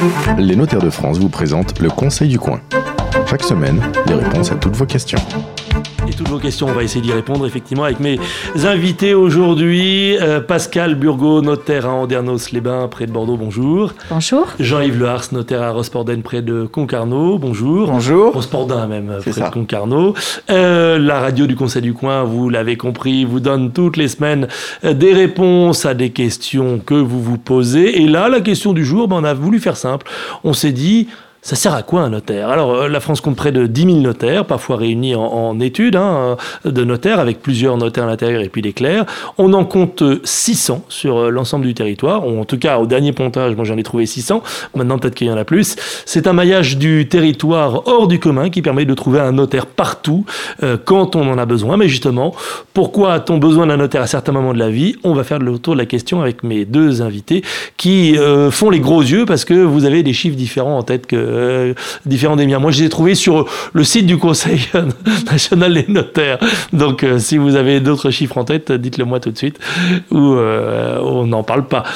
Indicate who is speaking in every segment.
Speaker 1: Les notaires de France vous présentent le Conseil du coin. Chaque semaine, les réponses à toutes vos questions.
Speaker 2: Et toutes vos questions, on va essayer d'y répondre effectivement avec mes invités aujourd'hui. Pascal Burgot, notaire à Andernos-les-Bains, près de Bordeaux, bonjour.
Speaker 3: Bonjour.
Speaker 2: Jean-Yves Lehars, notaire à Rosporden, près de Concarneau, bonjour.
Speaker 4: Bonjour.
Speaker 2: Rosporden même, près de Concarneau. La radio du Conseil du coin, vous l'avez compris, vous donne toutes les semaines des réponses à des questions que vous vous posez. Et là, la question du jour, on a voulu faire simple. On s'est dit... Ça sert à quoi un notaire ? Alors, la France compte près de 10 000 notaires, parfois réunis en études de notaires, avec plusieurs notaires à l'intérieur et puis des clercs. On en compte 600 sur l'ensemble du territoire, ou en tout cas, au dernier pontage, moi j'en ai trouvé 600. Maintenant, peut-être qu'il y en a plus. C'est un maillage du territoire hors du commun qui permet de trouver un notaire partout, quand on en a besoin. Mais justement, pourquoi a-t-on besoin d'un notaire à certains moments de la vie ? On va faire le tour de la question avec mes deux invités qui font les gros yeux parce que vous avez des chiffres différents en tête différents des miens. Moi, je les ai trouvés sur le site du Conseil national des notaires. Donc, si vous avez d'autres chiffres en tête, dites-le moi tout de suite, ou on n'en parle pas.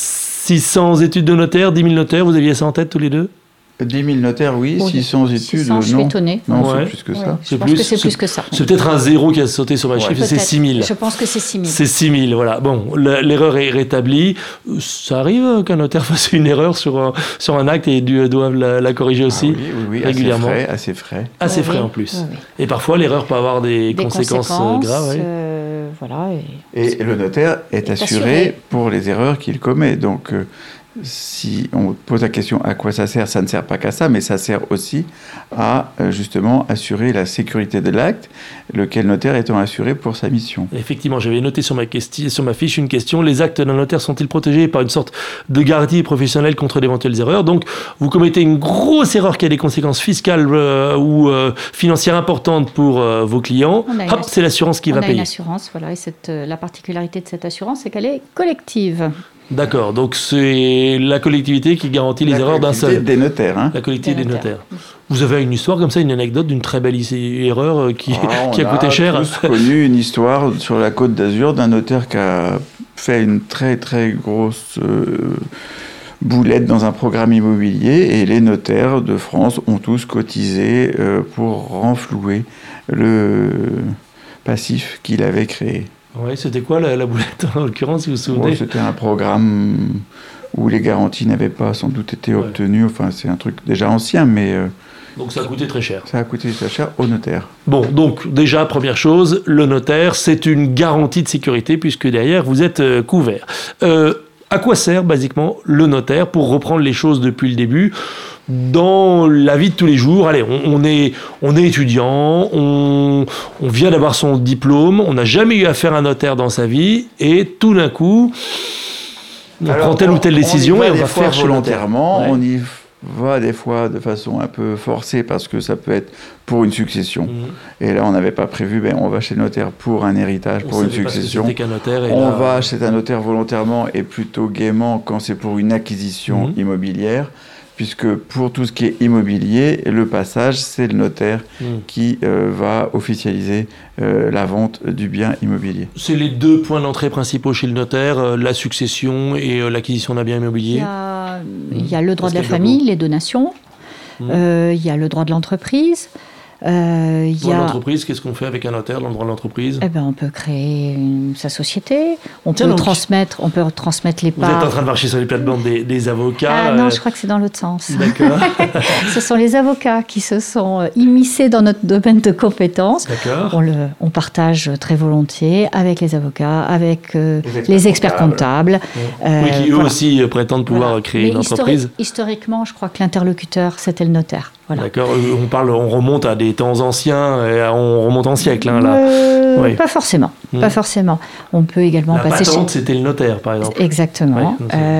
Speaker 2: 600 études de notaires, 10 000 notaires, vous aviez ça en tête tous les deux ?
Speaker 4: 10 000 notaires, oui. 600 études,
Speaker 3: 600,
Speaker 4: non.
Speaker 3: Je suis étonnée.
Speaker 4: Non,
Speaker 2: ouais.
Speaker 4: c'est plus que ça.
Speaker 3: Je pense que c'est plus que ça.
Speaker 2: C'est peut-être un zéro qui a sauté sur ma chiffre, c'est 6 000.
Speaker 3: Je pense que c'est 6 000.
Speaker 2: C'est 6 000, voilà. Bon, l'erreur est rétablie. Ça arrive qu'un notaire fasse une erreur sur un acte et doive la corriger aussi
Speaker 4: oui,
Speaker 2: régulièrement.
Speaker 4: Assez frais.
Speaker 2: Assez frais en plus.
Speaker 3: Oui.
Speaker 2: Et parfois, l'erreur peut avoir des conséquences graves.
Speaker 3: Voilà.
Speaker 4: Et le notaire est assuré pour les erreurs qu'il commet. Donc, si on pose la question à quoi ça sert, ça ne sert pas qu'à ça, mais ça sert aussi à justement assurer la sécurité de l'acte, lequel notaire étant assuré pour sa mission.
Speaker 2: Effectivement, j'avais noté sur ma fiche une question. Les actes d'un notaire sont-ils protégés par une sorte de garantie professionnelle contre d'éventuelles erreurs ? Donc, vous commettez une grosse erreur qui a des conséquences fiscales ou financières importantes pour vos clients. Hop, c'est l'assurance qui va payer.
Speaker 3: On a une assurance, voilà. Et la particularité de cette assurance, c'est qu'elle est collective.
Speaker 2: D'accord, donc c'est la collectivité qui garantit les erreurs d'un seul.
Speaker 4: Des notaires.
Speaker 2: La collectivité des notaires. Vous avez une histoire comme ça, une anecdote d'une très belle erreur qui a coûté cher ?
Speaker 4: On a tous connu une histoire sur la Côte d'Azur d'un notaire qui a fait une très très grosse boulette dans un programme immobilier et les notaires de France ont tous cotisé pour renflouer le passif qu'il avait créé.
Speaker 2: Oui, c'était quoi la boulette en l'occurrence, si vous vous souvenez ?
Speaker 4: C'était un programme où les garanties n'avaient pas sans doute été obtenues. Enfin, c'est un truc déjà ancien, mais...
Speaker 2: donc ça a coûté très cher.
Speaker 4: Ça a coûté très cher au notaire.
Speaker 2: Bon, donc déjà, première chose, le notaire, c'est une garantie de sécurité puisque derrière, vous êtes couvert. À quoi sert, basiquement, le notaire pour reprendre les choses depuis le début ? Dans la vie de tous les jours, allez, on est étudiant, on vient d'avoir son diplôme, on n'a jamais eu à faire un notaire dans sa vie, et tout d'un coup, on prend telle ou telle décision et on va faire
Speaker 4: volontairement,
Speaker 2: ouais.
Speaker 4: On y va des fois de façon un peu forcée parce que ça peut être pour une succession. Et là, on n'avait pas prévu, on va chez le notaire pour un héritage, pour une succession. On va chez un notaire volontairement et plutôt gaiement quand c'est pour une acquisition immobilière. Puisque pour tout ce qui est immobilier, le passage, c'est le notaire qui va officialiser la vente du bien immobilier.
Speaker 2: C'est les deux points d'entrée principaux chez le notaire, la succession et l'acquisition d'un bien immobilier.
Speaker 3: Il y a le droit de la famille, les donations, il y a le droit de l'entreprise.
Speaker 2: L'entreprise, qu'est-ce qu'on fait avec un notaire dans le droit de l'entreprise ?
Speaker 3: On peut créer sa société, on peut transmettre les parts.
Speaker 2: Vous êtes en train de marcher sur les plates-bandes des avocats.
Speaker 3: Non, je crois que c'est dans l'autre sens.
Speaker 2: D'accord.
Speaker 3: Ce sont les avocats qui se sont immiscés dans notre domaine de compétences.
Speaker 2: D'accord.
Speaker 3: On partage très volontiers avec les avocats, avec les experts comptables.
Speaker 2: Qui eux aussi prétendent pouvoir créer une entreprise.
Speaker 3: Historiquement, je crois que l'interlocuteur, c'était le notaire. Voilà.
Speaker 2: D'accord. On remonte à des temps anciens, on remonte en siècle.
Speaker 3: Pas forcément. Pas forcément. On peut également passer
Speaker 2: patente, c'était le notaire, par exemple.
Speaker 3: Exactement.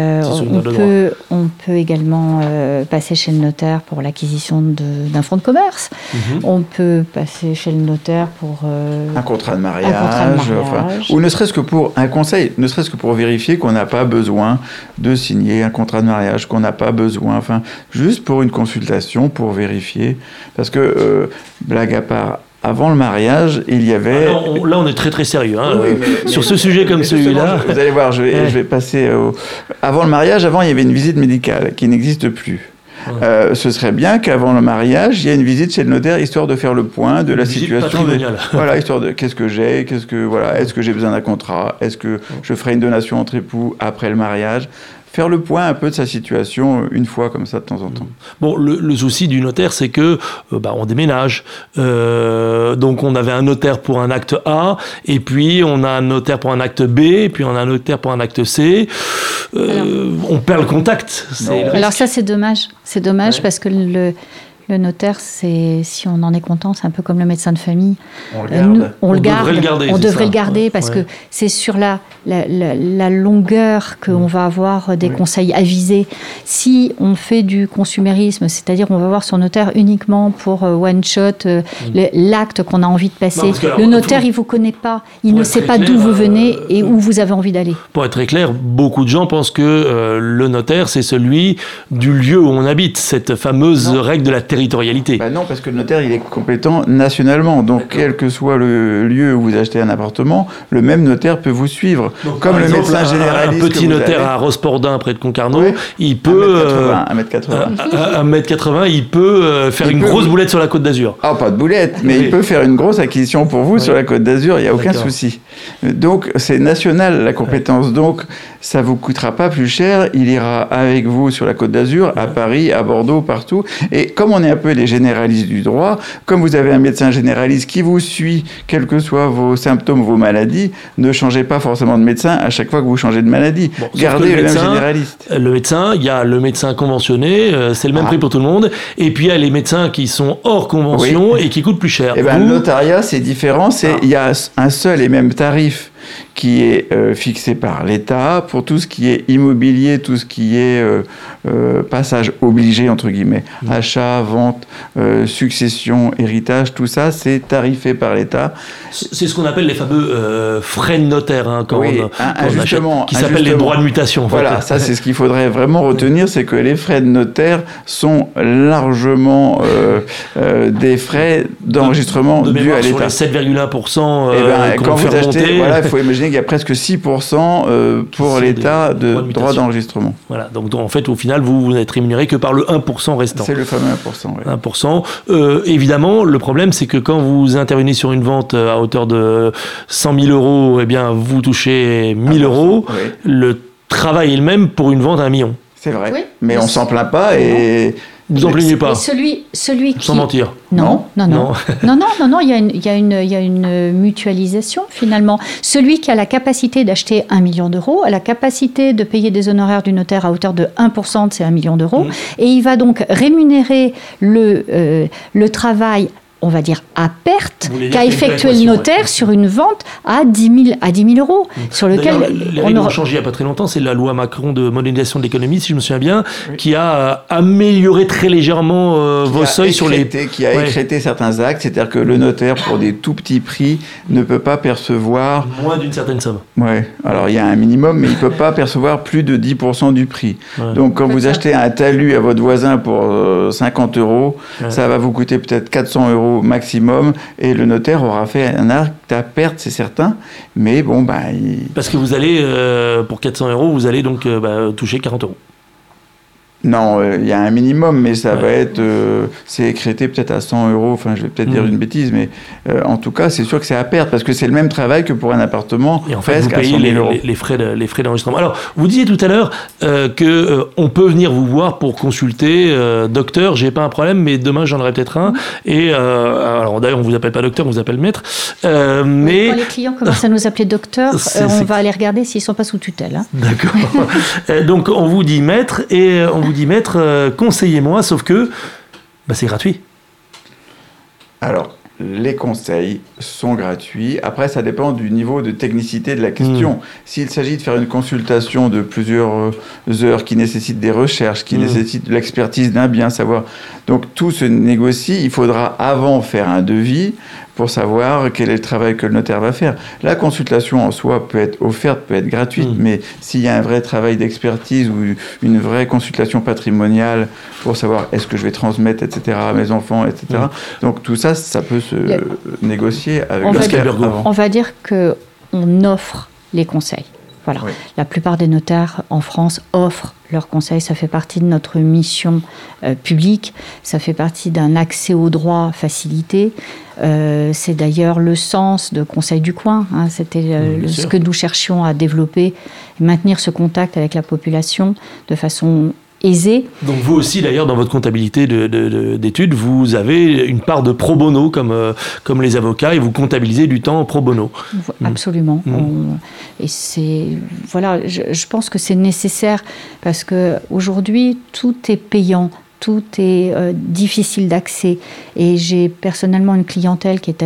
Speaker 3: On peut également passer chez le notaire pour l'acquisition d'un fonds de commerce. On peut passer chez le notaire pour...
Speaker 4: un contrat de mariage. Ou ne serait-ce que pour un conseil, ne serait-ce que pour vérifier qu'on n'a pas besoin de signer un contrat de mariage, qu'on n'a pas besoin... juste pour une consultation, pour vérifier. Parce que, blague à part, avant le mariage, il y avait...
Speaker 2: Là, on est très très sérieux. Hein, sur ce sujet comme celui-là.
Speaker 4: Vous allez voir, je vais passer Avant le mariage, il y avait une visite médicale qui n'existe plus. Ce serait bien qu'avant le mariage, il y ait une visite chez le notaire, histoire de faire le point de la situation. Voilà, histoire de qu'est-ce que j'ai, est-ce que j'ai besoin d'un contrat, est-ce que je ferai une donation entre époux après le mariage. Faire le point un peu de sa situation une fois comme ça de temps en temps.
Speaker 2: Bon, le souci du notaire, c'est que on déménage. Donc on avait un notaire pour un acte A, et puis on a un notaire pour un acte B, et puis on a un notaire pour un acte C. On perd le contact.
Speaker 3: Alors ça, c'est dommage. C'est dommage parce que le notaire, si on en est content, c'est un peu comme le médecin de famille. On devrait le garder parce que c'est sur la longueur qu'on va avoir des conseils avisés. Si on fait du consumérisme, c'est-à-dire on va voir son notaire uniquement pour one shot, l'acte qu'on a envie de passer, le notaire, il ne vous connaît pas, il ne sait pas d'où vous venez et où vous avez envie d'aller.
Speaker 2: Pour être très clair, beaucoup de gens pensent que le notaire, c'est celui du lieu où on habite, cette fameuse règle de la territorialité.
Speaker 4: Non, parce que le notaire, il est compétent nationalement. Donc, quel que soit le lieu où vous achetez un appartement, le même notaire peut vous suivre.
Speaker 2: Donc, comme le médecin généraliste. Un petit notaire à Rospordin, près de Concarneau, il peut... 1m80, il peut faire une grosse boulette sur la Côte d'Azur.
Speaker 4: Ah, pas de boulette, mais il peut faire une grosse acquisition pour vous sur la Côte d'Azur, il n'y a aucun souci. Donc, c'est national, la compétence. Donc, ça ne vous coûtera pas plus cher. Il ira avec vous sur la Côte d'Azur, à Paris, à Bordeaux, partout. Et comme on est un peu les généralistes du droit, comme vous avez un médecin généraliste qui vous suit, quels que soient vos symptômes, vos maladies, ne changez pas forcément de médecin à chaque fois que vous changez de maladie. Gardez le même généraliste.
Speaker 2: Le médecin, il y a le médecin conventionné, c'est le même prix pour tout le monde. Et puis il y a les médecins qui sont hors convention et qui coûtent plus cher.
Speaker 4: Le notariat, c'est différent. Il y a un seul et même tarif qui est fixé par l'État pour tout ce qui est immobilier, tout ce qui est passage obligé, entre guillemets. Achat, vente, succession, héritage, tout ça, c'est tarifé par l'État.
Speaker 2: C'est ce qu'on appelle les fameux frais de notaire, qui s'appellent les droits de mutation.
Speaker 4: Voilà, ça c'est ce qu'il faudrait vraiment retenir, c'est que les frais de notaire sont largement des frais d'enregistrement dus à l'État.
Speaker 2: Sur les 7,1%
Speaker 4: quand vous achetez, il faut imaginer qu'il y a presque 6% pour l'État de droits d'enregistrement.
Speaker 2: Voilà, donc en fait, au final, vous n'êtes rémunéré que par le 1% restant.
Speaker 4: C'est le fameux 1%.
Speaker 2: 1%. Évidemment, le problème, c'est que quand vous intervenez sur une vente à hauteur de 100 000 euros, eh bien, vous touchez 1 000 euros. Oui. Le travail est le même pour une vente à 1 million.
Speaker 4: C'est vrai, mais on ne s'en plaint pas et...
Speaker 2: Vous n'en plaignez pas.
Speaker 3: Celui qui...
Speaker 2: Sans mentir.
Speaker 3: Non, il y a une mutualisation finalement. Celui qui a la capacité d'acheter 1 million d'euros a la capacité de payer des honoraires du notaire à hauteur de 1% de ces 1 million d'euros. Et il va donc rémunérer le travail, on va dire, à perte, qu'a effectué le notaire sur une vente à 10 000 euros. Sur lequel
Speaker 2: les règles ont changé il n'y a pas très longtemps. C'est la loi Macron de modernisation de l'économie, si je me souviens bien, qui a amélioré très légèrement vos seuils sur les...
Speaker 4: Qui a écrété certains actes, c'est-à-dire que le notaire, pour des tout petits prix, ne peut pas percevoir...
Speaker 2: Moins d'une certaine somme.
Speaker 4: Oui, alors il y a un minimum, mais il ne peut pas percevoir plus de 10% du prix. Donc quand vous achetez un talus à votre voisin pour 50 euros, ça va vous coûter peut-être 400 euros maximum, et le notaire aura fait un acte à perte, c'est certain, mais bon,
Speaker 2: Parce que vous allez, pour 400 euros, vous allez donc toucher 40 euros.
Speaker 4: Non, il y a un minimum, mais ça va être... c'est écrété peut-être à 100 euros, enfin je vais peut-être dire une bêtise, mais en tout cas, c'est sûr que c'est à perte, parce que c'est le même travail que pour un appartement.
Speaker 2: Et en fait, vous payez les frais d'enregistrement. Alors, vous disiez tout à l'heure qu'on peut venir vous voir pour consulter. Docteur, j'ai pas un problème, mais demain j'en aurai peut-être un. Et alors d'ailleurs, on vous appelle pas docteur, on vous appelle maître. Mais
Speaker 3: quand les clients commencent à nous appeler docteur, on va aller regarder s'ils sont pas sous tutelle. Hein.
Speaker 2: D'accord. Donc on vous dit maître, et on vous dit maître, conseillez-moi, sauf que c'est gratuit.
Speaker 4: Alors, les conseils sont gratuits. Après, ça dépend du niveau de technicité de la question. S'il s'agit de faire une consultation de plusieurs heures qui nécessite des recherches, qui nécessite de l'expertise d'un bien, savoir... Donc, tout se négocie. Il faudra avant faire un devis pour savoir quel est le travail que le notaire va faire. La consultation en soi peut être offerte, peut être gratuite, mais s'il y a un vrai travail d'expertise ou une vraie consultation patrimoniale pour savoir est-ce que je vais transmettre, etc., à mes enfants, etc. Donc tout ça, ça peut se négocier avec
Speaker 3: on va dire qu'on offre les conseils. Voilà. Oui. La plupart des notaires en France offrent leurs conseils. Ça fait partie de notre mission publique. Ça fait partie d'un accès au droit facilité. C'est d'ailleurs le sens de Conseil du Coin. Hein. C'était ce que nous cherchions à développer, maintenir ce contact avec la population de façon aisée.
Speaker 2: Donc vous aussi, d'ailleurs, dans votre comptabilité d'études, vous avez une part de pro bono comme les avocats et vous comptabilisez du temps pro bono.
Speaker 3: Absolument. Et c'est, voilà, je pense que c'est nécessaire parce qu'aujourd'hui, tout est payant. Tout est difficile d'accès. Et j'ai personnellement une clientèle qui est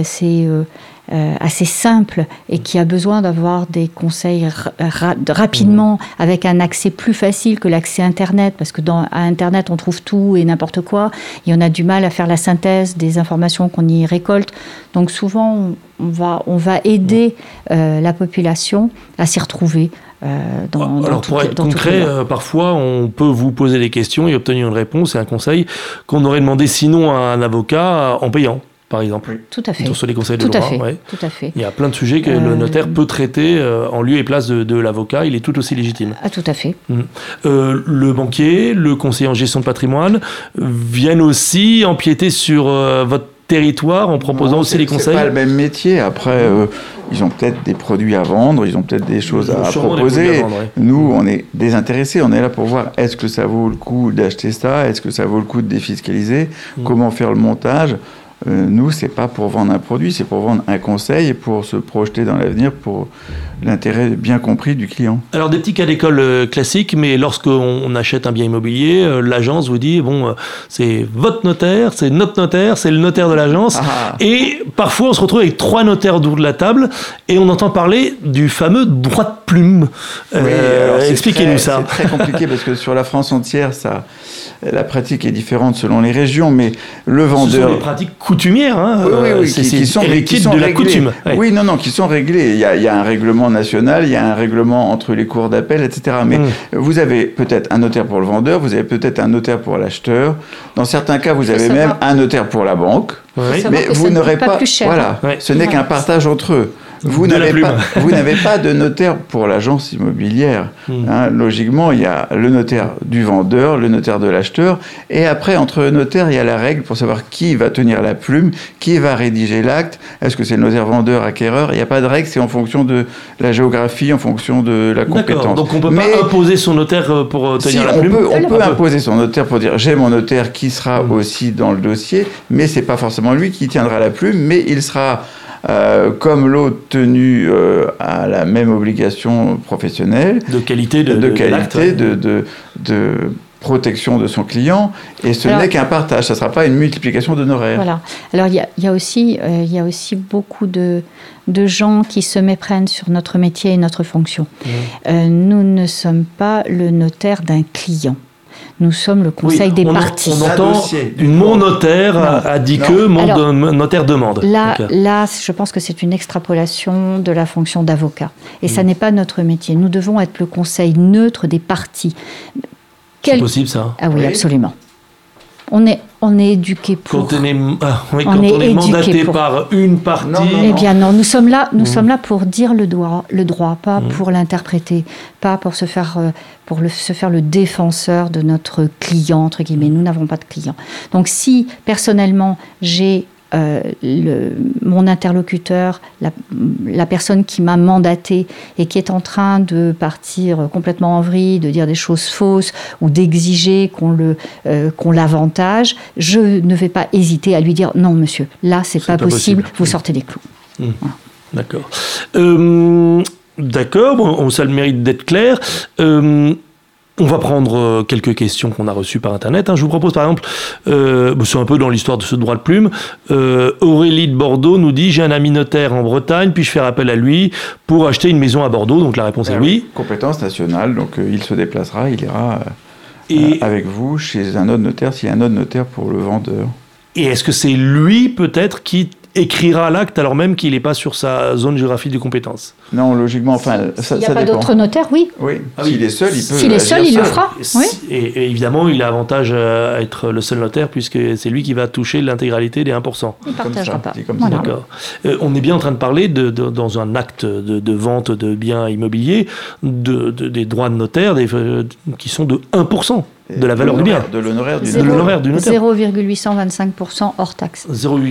Speaker 3: assez simple et qui a besoin d'avoir des conseils rapidement avec un accès plus facile que l'accès Internet, parce que à Internet on trouve tout et n'importe quoi et on a du mal à faire la synthèse des informations qu'on y récolte. Donc souvent on va aider la population à s'y retrouver.
Speaker 2: Alors pour être concret, parfois on peut vous poser des questions et obtenir une réponse et un conseil qu'on aurait demandé sinon à un avocat en payant. Par exemple.
Speaker 3: Oui. Tout à fait.
Speaker 2: Sur les conseils de droit.
Speaker 3: Tout à fait.
Speaker 2: Il y a plein de sujets que le notaire peut traiter en lieu et place de l'avocat. Il est tout aussi légitime.
Speaker 3: Ah, tout à fait.
Speaker 2: Le banquier, le conseiller en gestion de patrimoine viennent aussi empiéter sur votre territoire en proposant aussi les conseils.
Speaker 4: C'est pas le même métier. Après, ils ont peut-être des produits à vendre, ils ont peut-être des choses à proposer. Nous, on est désintéressés. On est là pour voir est-ce que ça vaut le coup d'acheter ça, est-ce que ça vaut le coup de défiscaliser, comment faire le montage. Nous, c'est pas pour vendre un produit, c'est pour vendre un conseil et pour se projeter dans l'avenir pour l'intérêt bien compris du client.
Speaker 2: Alors, des petits cas d'école classiques, mais lorsqu'on achète un bien immobilier, l'agence vous dit, bon, c'est votre notaire, c'est notre notaire, c'est le notaire de l'agence. Et parfois, on se retrouve avec 3 notaires autour de la table et on entend parler du fameux droit de plume. Expliquez-nous ça.
Speaker 4: C'est très compliqué parce que sur la France entière, la pratique est différente selon les régions, mais le vendeur...
Speaker 2: Ce sont des pratiques coutumières, hein,
Speaker 4: qui sont
Speaker 2: de la coutume.
Speaker 4: Oui, qui sont réglées. Il y a un règlement national, il y a un règlement entre les cours d'appel, etc. Mais vous avez peut-être un notaire pour le vendeur, vous avez peut-être un notaire pour l'acheteur. Dans certains cas, vous avez même un notaire pour la banque. Mais vous n'aurez pas... Plus cher. Voilà, ce n'est qu'un partage entre eux. Vous n'avez pas de notaire pour l'agence immobilière. Logiquement, il y a le notaire du vendeur, le notaire de l'acheteur, et après, entre notaires, il y a la règle pour savoir qui va tenir la plume, qui va rédiger l'acte. Est-ce que c'est le notaire vendeur, acquéreur ? Il n'y a pas de règle, c'est en fonction de la géographie, en fonction de la compétence.
Speaker 2: Donc on ne peut pas imposer son notaire pour tenir la plume ?
Speaker 4: On peut imposer son notaire pour dire j'ai mon notaire qui sera aussi dans le dossier, mais ce n'est pas forcément lui qui tiendra la plume, mais il sera... comme l'autre tenu à la même obligation professionnelle
Speaker 2: de qualité
Speaker 4: de protection de son client, et ce n'est qu'un partage, ça ne sera pas une multiplication d'honoraires.
Speaker 3: Voilà. Alors il y a aussi beaucoup de gens qui se méprennent sur notre métier et notre fonction. Nous ne sommes pas le notaire d'un client. Nous sommes le conseil des parties.
Speaker 2: On entend mon notaire a dit que mon notaire demande.
Speaker 3: Là, je pense que c'est une extrapolation de la fonction d'avocat. Et ça n'est pas notre métier. Nous devons être le conseil neutre des parties.
Speaker 2: C'est possible, ça ?
Speaker 3: Ah oui, absolument. On est éduqué pour...
Speaker 2: Quand on est mandaté par une partie...
Speaker 3: Eh bien non, nous sommes là pour dire le droit, pas pour l'interpréter, pas pour se faire le défenseur de notre client, entre guillemets. Nous n'avons pas de client. Donc si, personnellement, j'ai mon interlocuteur, la personne qui m'a mandaté et qui est en train de partir complètement en vrille, de dire des choses fausses ou d'exiger qu'on l'avantage, je ne vais pas hésiter à lui dire non monsieur, là c'est pas possible, vous sortez des clous.
Speaker 2: Voilà. D'accord. D'accord, bon, ça a le mérite d'être clair. On va prendre quelques questions qu'on a reçues par Internet. Je vous propose par exemple, c'est un peu dans l'histoire de ce droit de plume, Aurélie de Bordeaux nous dit « J'ai un ami notaire en Bretagne, puis-je faire appel à lui pour acheter une maison à Bordeaux ?» Donc la réponse est oui.
Speaker 4: Compétence nationale, donc il se déplacera, il ira avec vous chez un autre notaire, s'il y a un autre notaire pour le vendeur.
Speaker 2: Et est-ce que c'est lui peut-être qui écrira l'acte alors même qu'il n'est pas sur sa zone géographique de compétence.
Speaker 4: Non, logiquement, enfin, ça dépend.
Speaker 3: S'il n'y a pas d'autres notaires, oui.
Speaker 4: Oui, s'il est seul, il peut.
Speaker 3: S'il est seul, il le fera. Oui.
Speaker 2: Et évidemment, il a avantage à être le seul notaire puisque c'est lui qui va toucher l'intégralité des 1%.
Speaker 3: Il ne partagera pas.
Speaker 2: Voilà. D'accord. On est bien en train de parler, dans un acte de vente de biens immobiliers, des droits de notaire qui sont de 1%. De la valeur du bien.
Speaker 4: De l'honoraire du
Speaker 2: notaire.
Speaker 3: 0,825% hors taxe.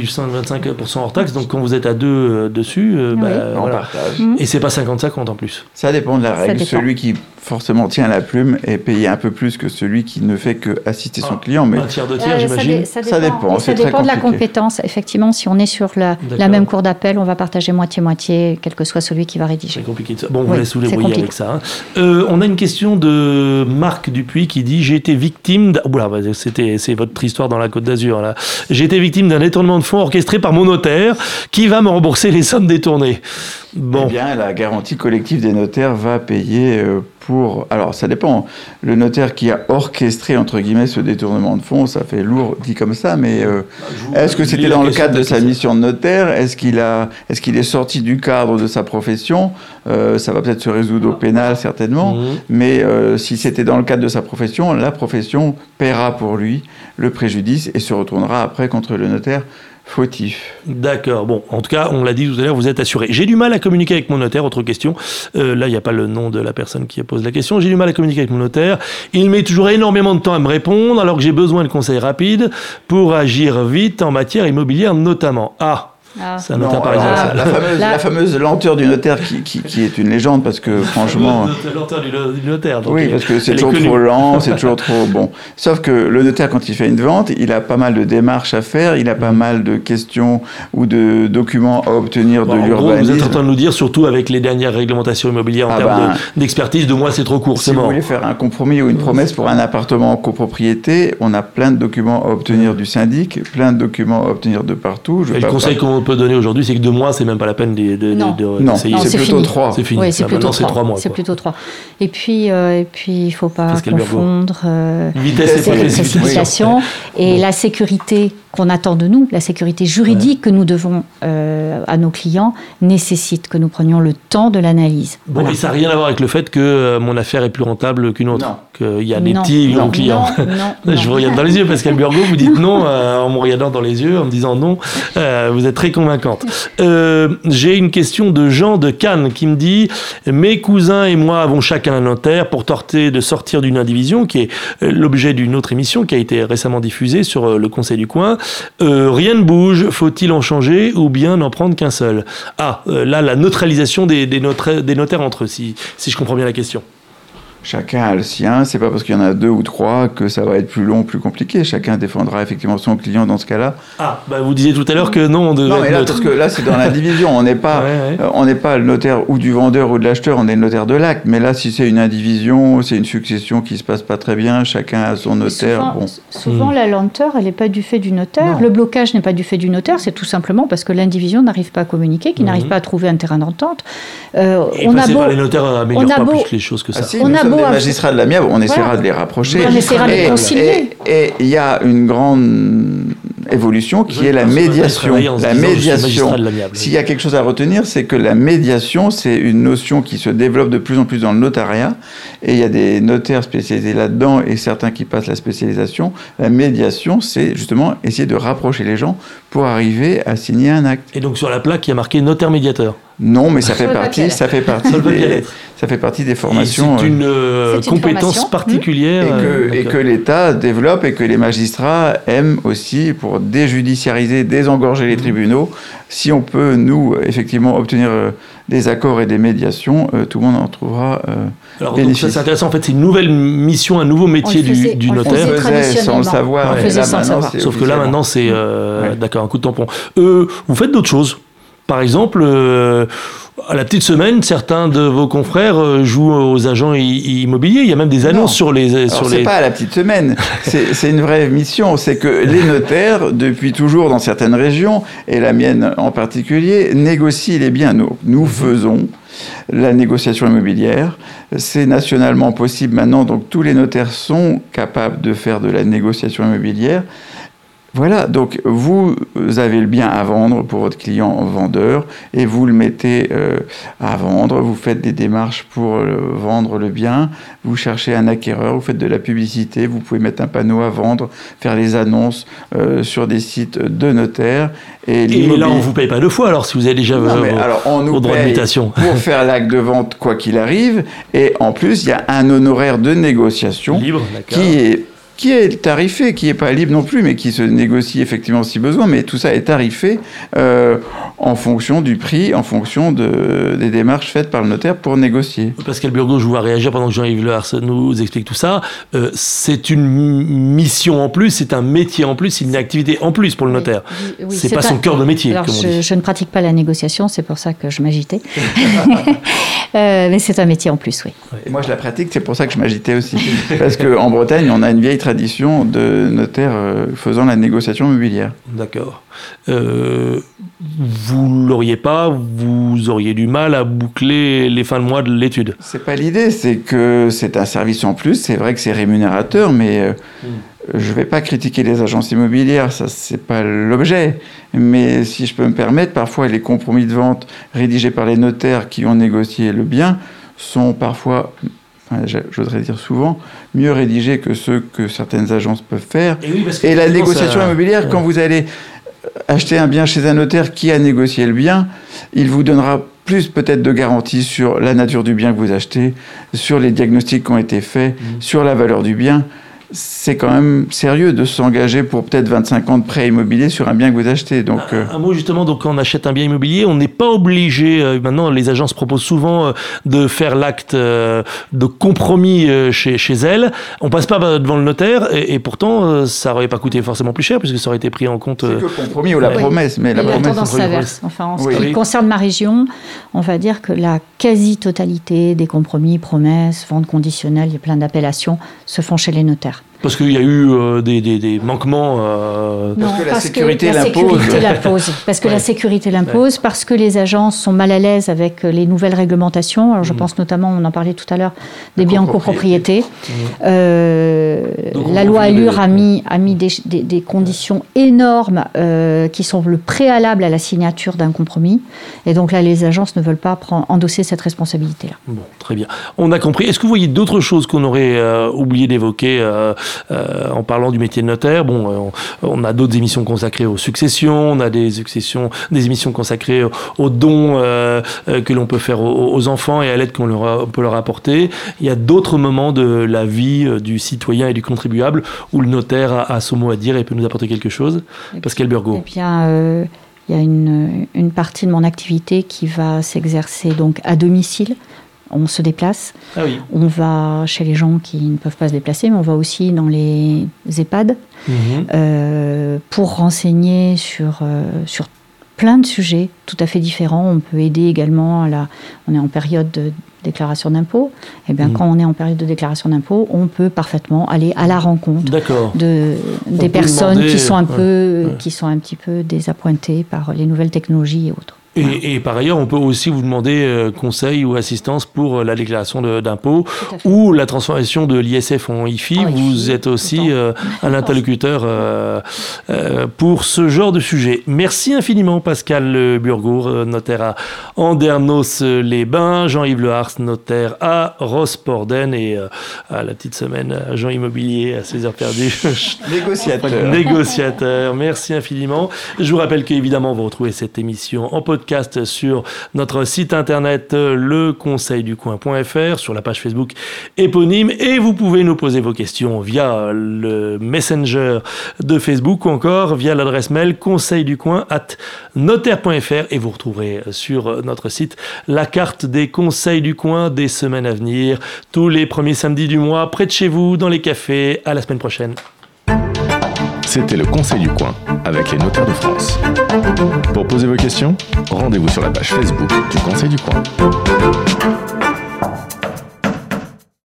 Speaker 2: 0,825% hors taxe. Donc quand vous êtes à deux dessus,
Speaker 4: on partage.
Speaker 2: Et c'est pas 50-50 en plus.
Speaker 4: Ça dépend de la règle. Celui qui forcément tient la plume est payé un peu plus que celui qui ne fait que assister son client. Mais
Speaker 2: un tiers de tiers, j'imagine.
Speaker 3: Ça dépend. Ça dépend de la compétence. Effectivement, si on est sur la même cour d'appel, on va partager moitié-moitié, quel que soit celui qui va rédiger.
Speaker 2: C'est compliqué. Bon, on vous laisse vous débrouiller avec ça. On a une question de Marc Dupuis qui dit: j'ai été victime c'est votre histoire dans la Côte d'Azur là. J'ai été victime d'un détournement de fonds orchestré par mon notaire qui va me rembourser les sommes détournées. Bon.
Speaker 4: Eh bien, la garantie collective des notaires va payer pour... Alors, ça dépend. Le notaire qui a orchestré, entre guillemets, ce détournement de fonds, ça fait lourd dit comme ça, mais est-ce que c'était dans le cadre de sa mission de notaire ? Est-ce qu'il est sorti du cadre de sa profession ? Ça va peut-être se résoudre au pénal, certainement, mais si c'était dans le cadre de sa profession, la profession paiera pour lui le préjudice et se retournera après contre le notaire fautif.
Speaker 2: D'accord. Bon, en tout cas, on l'a dit tout à l'heure, vous êtes assuré. J'ai du mal à communiquer avec mon notaire. Autre question. Là, il n'y a pas le nom de la personne qui pose la question. J'ai du mal à communiquer avec mon notaire. Il met toujours énormément de temps à me répondre, alors que j'ai besoin de conseils rapides pour agir vite en matière immobilière notamment. C'est un notaire parisien.
Speaker 4: La fameuse lenteur du notaire qui est une légende parce que franchement...
Speaker 2: La lenteur du notaire. Donc
Speaker 4: oui, parce que c'est toujours trop lent, c'est toujours trop bon. Sauf que le notaire, quand il fait une vente, il a pas mal de démarches à faire, il a pas mal de questions ou de documents à obtenir de l'urbanisme. En gros,
Speaker 2: vous êtes en train de nous dire, surtout avec les dernières réglementations immobilières en termes d'expertise, 2 mois c'est trop court.
Speaker 4: Si vous voulez faire un compromis ou une promesse pour un appartement en copropriété, on a plein de documents à obtenir du syndic, plein de documents à obtenir de partout.
Speaker 2: Et le conseil qu'on peut donner aujourd'hui, c'est que 2 mois, c'est même pas la peine d'essayer.
Speaker 4: Non, c'est plutôt 3.
Speaker 2: C'est fini.
Speaker 3: Oui, c'est plutôt
Speaker 2: 3 mois.
Speaker 3: C'est plutôt 3. Et puis, il faut pas confondre
Speaker 2: vitesse et
Speaker 3: précipitation et la sécurité qu'on attend de nous, la sécurité juridique que nous devons à nos clients nécessite que nous prenions le temps de l'analyse.
Speaker 2: Bon, mais ça n'a rien à voir avec le fait que mon affaire est plus rentable qu'une autre. Qu'il y a des petits grands clients. Je vous regarde dans les yeux, Pascal Burgot, vous dites non en me regardant dans les yeux, en me disant non. Vous êtes très convaincante. J'ai une question de Jean de Cannes qui me dit: mes cousins et moi avons chacun un notaire pour tenter de sortir d'une indivision, qui est l'objet d'une autre émission qui a été récemment diffusée sur le Conseil du Coin. Rien ne bouge, faut-il en changer ou bien n'en prendre qu'un seul ? Là, la neutralisation des notaires entre eux, si je comprends bien la question.
Speaker 4: Chacun a le sien, c'est pas parce qu'il y en a 2 ou 3 que ça va être plus long, plus compliqué. Chacun défendra effectivement son client dans ce cas-là.
Speaker 2: Vous disiez tout à l'heure que non, on devait être neutre.
Speaker 4: Parce que là, c'est dans l'indivision. On n'est pas le notaire ou du vendeur ou de l'acheteur, on est le notaire de l'acte. Mais là, si c'est une indivision, c'est une succession qui se passe pas très bien, chacun a son notaire.
Speaker 3: Souvent, la lenteur, elle n'est pas du fait du notaire. Non. Le blocage n'est pas du fait du notaire, c'est tout simplement parce que l'indivision n'arrive pas à communiquer, qu'il n'arrive pas à trouver un terrain d'entente.
Speaker 2: Et passer par les notaires n'améliore pas plus les choses que ça.
Speaker 4: Des magistrats de l'amiable, on essaiera de les rapprocher.
Speaker 3: On essaiera de les concilier.
Speaker 4: Et il y a une grande évolution qui est la médiation. La médiation. S'il y a quelque chose à retenir, c'est que la médiation, c'est une notion qui se développe de plus en plus dans le notariat. Et il y a des notaires spécialisés là-dedans et certains qui passent la spécialisation. La médiation, c'est justement essayer de rapprocher les gens pour arriver à signer un acte.
Speaker 2: Et donc sur la plaque, il y a marqué notaire médiateur.
Speaker 4: Non, mais ça fait partie des formations.
Speaker 2: C'est une compétence particulière.
Speaker 4: Et que l'État développe et que les magistrats aiment aussi pour déjudiciariser, désengorger les tribunaux. Si on peut, nous, effectivement, obtenir des accords et des médiations, tout le monde en trouvera
Speaker 2: Alors, donc ça, c'est intéressant. En fait, c'est une nouvelle mission, un nouveau métier du notaire.
Speaker 4: On le faisait sans le savoir.
Speaker 2: Sauf que là, maintenant, c'est d'accord, un coup de tampon. Vous faites d'autres choses. Par exemple, à la petite semaine, certains de vos confrères jouent aux agents immobiliers. Il y a même des annonces sur les...
Speaker 4: C'est pas à la petite semaine. C'est une vraie mission. C'est que les notaires, depuis toujours dans certaines régions, et la mienne en particulier, négocient les biens. Nous faisons la négociation immobilière. C'est nationalement possible maintenant. Donc tous les notaires sont capables de faire de la négociation immobilière. Voilà, donc vous avez le bien à vendre pour votre client vendeur et vous le mettez à vendre, vous faites des démarches pour vendre le bien, vous cherchez un acquéreur, vous faites de la publicité, vous pouvez mettre un panneau à vendre, faire les annonces sur des sites de notaires.
Speaker 2: Et là, on ne vous paye pas 2 fois, alors si vous avez déjà vos droits de mutation.
Speaker 4: Pour faire l'acte de vente, quoi qu'il arrive, et en plus, il y a un honoraire de négociation
Speaker 2: libre,
Speaker 4: qui est tarifé, qui n'est pas libre non plus, mais qui se négocie effectivement si besoin, mais tout ça est tarifé en fonction du prix, en fonction des démarches faites par le notaire pour négocier.
Speaker 2: Pascal Burgot, je vous vois réagir pendant que Jean-Yves Le Hars nous explique tout ça. C'est une mission en plus, c'est un métier en plus, c'est une activité en plus pour le notaire. Oui, c'est pas son cœur de métier,
Speaker 3: alors,
Speaker 2: comme on dit.
Speaker 3: Je ne pratique pas la négociation, c'est pour ça que je m'agitais. Mais c'est un métier en plus, oui.
Speaker 4: Et moi, je la pratique, c'est pour ça que je m'agitais aussi. Parce qu'en Bretagne, on a une vieille tradition de notaires faisant la négociation immobilière.
Speaker 2: D'accord. Vous l'auriez pas, vous auriez du mal à boucler les fins de mois de l'étude.
Speaker 4: C'est pas l'idée, c'est que c'est un service en plus, c'est vrai que c'est rémunérateur, mais je vais pas critiquer les agences immobilières, ça c'est pas l'objet. Mais si je peux me permettre, parfois les compromis de vente rédigés par les notaires qui ont négocié le bien sont parfois, j'oserais dire souvent, mieux rédigés que ceux que certaines agences peuvent faire. Et la négociation immobilière, quand vous allez acheter un bien chez un notaire qui a négocié le bien, il vous donnera plus peut-être de garanties sur la nature du bien que vous achetez, sur les diagnostics qui ont été faits, sur la valeur du bien. C'est quand même sérieux de s'engager pour peut-être 25 ans de prêt immobilier sur un bien que vous achetez. Donc,
Speaker 2: un mot justement, donc quand on achète un bien immobilier, on n'est pas obligé, maintenant les agences proposent souvent de faire l'acte de compromis chez elles. On passe pas devant le notaire et pourtant ça n'aurait pas coûté forcément plus cher puisque ça aurait été pris en compte.
Speaker 4: C'est que le compromis ou la promesse, mais la promesse.
Speaker 3: La tendance s'inverse. Enfin, en ce qui concerne ma région, on va dire que la quasi-totalité des compromis, promesses, ventes conditionnelles, il y a plein d'appellations, se font chez les notaires.
Speaker 2: Parce qu'il y a eu des manquements.
Speaker 4: Parce que la sécurité l'impose.
Speaker 3: Parce que la sécurité l'impose, parce que les agences sont mal à l'aise avec les nouvelles réglementations. Alors je pense notamment, on en parlait tout à l'heure, des biens en copropriété. La loi Allure a mis des conditions énormes qui sont le préalable à la signature d'un compromis. Et donc là, les agences ne veulent pas endosser cette responsabilité-là.
Speaker 2: Bon, très bien. On a compris. Est-ce que vous voyez d'autres choses qu'on aurait oublié d'évoquer en parlant du métier de notaire? Bon, on a d'autres émissions consacrées aux successions, on a des émissions consacrées aux dons que l'on peut faire aux enfants et à l'aide qu'on peut leur apporter. Il y a d'autres moments de la vie du citoyen et du contribuable où le notaire a son mot à dire et peut nous apporter quelque chose. Pascal Burgot.
Speaker 3: Eh bien, il y a une partie de mon activité qui va s'exercer donc à domicile. On se déplace, on va chez les gens qui ne peuvent pas se déplacer, mais on va aussi dans les EHPAD pour renseigner sur plein de sujets tout à fait différents. On peut aider également on est en période de déclaration d'impôt. Et bien, quand on est en période de déclaration d'impôt, on peut parfaitement aller à la rencontre des personnes qui sont un petit peu désappointées par les nouvelles technologies et autres.
Speaker 2: Et par ailleurs, on peut aussi vous demander conseil ou assistance pour la déclaration d'impôt ou la transformation de l'ISF en IFI. Vous êtes aussi un interlocuteur pour ce genre de sujet. Merci infiniment Pascal Burgot, notaire à Andernos-les-Bains, Jean-Yves Le Hars, notaire à Rosporden et à la petite semaine agent immobilier à 16 heures perdues. Négociateur. Merci infiniment. Je vous rappelle qu'évidemment, vous retrouvez cette émission en podcast sur notre site internet leconseilducoin.fr, sur la page Facebook éponyme, et vous pouvez nous poser vos questions via le Messenger de Facebook ou encore via l'adresse mail conseilducoin@notaire.fr, et vous retrouverez sur notre site la carte des conseils du coin des semaines à venir, tous les premiers samedis du mois, près de chez vous, dans les cafés. À la semaine prochaine.
Speaker 1: C'était le Conseil du Coin avec les notaires de France. Pour poser vos questions, rendez-vous sur la page Facebook du Conseil du Coin.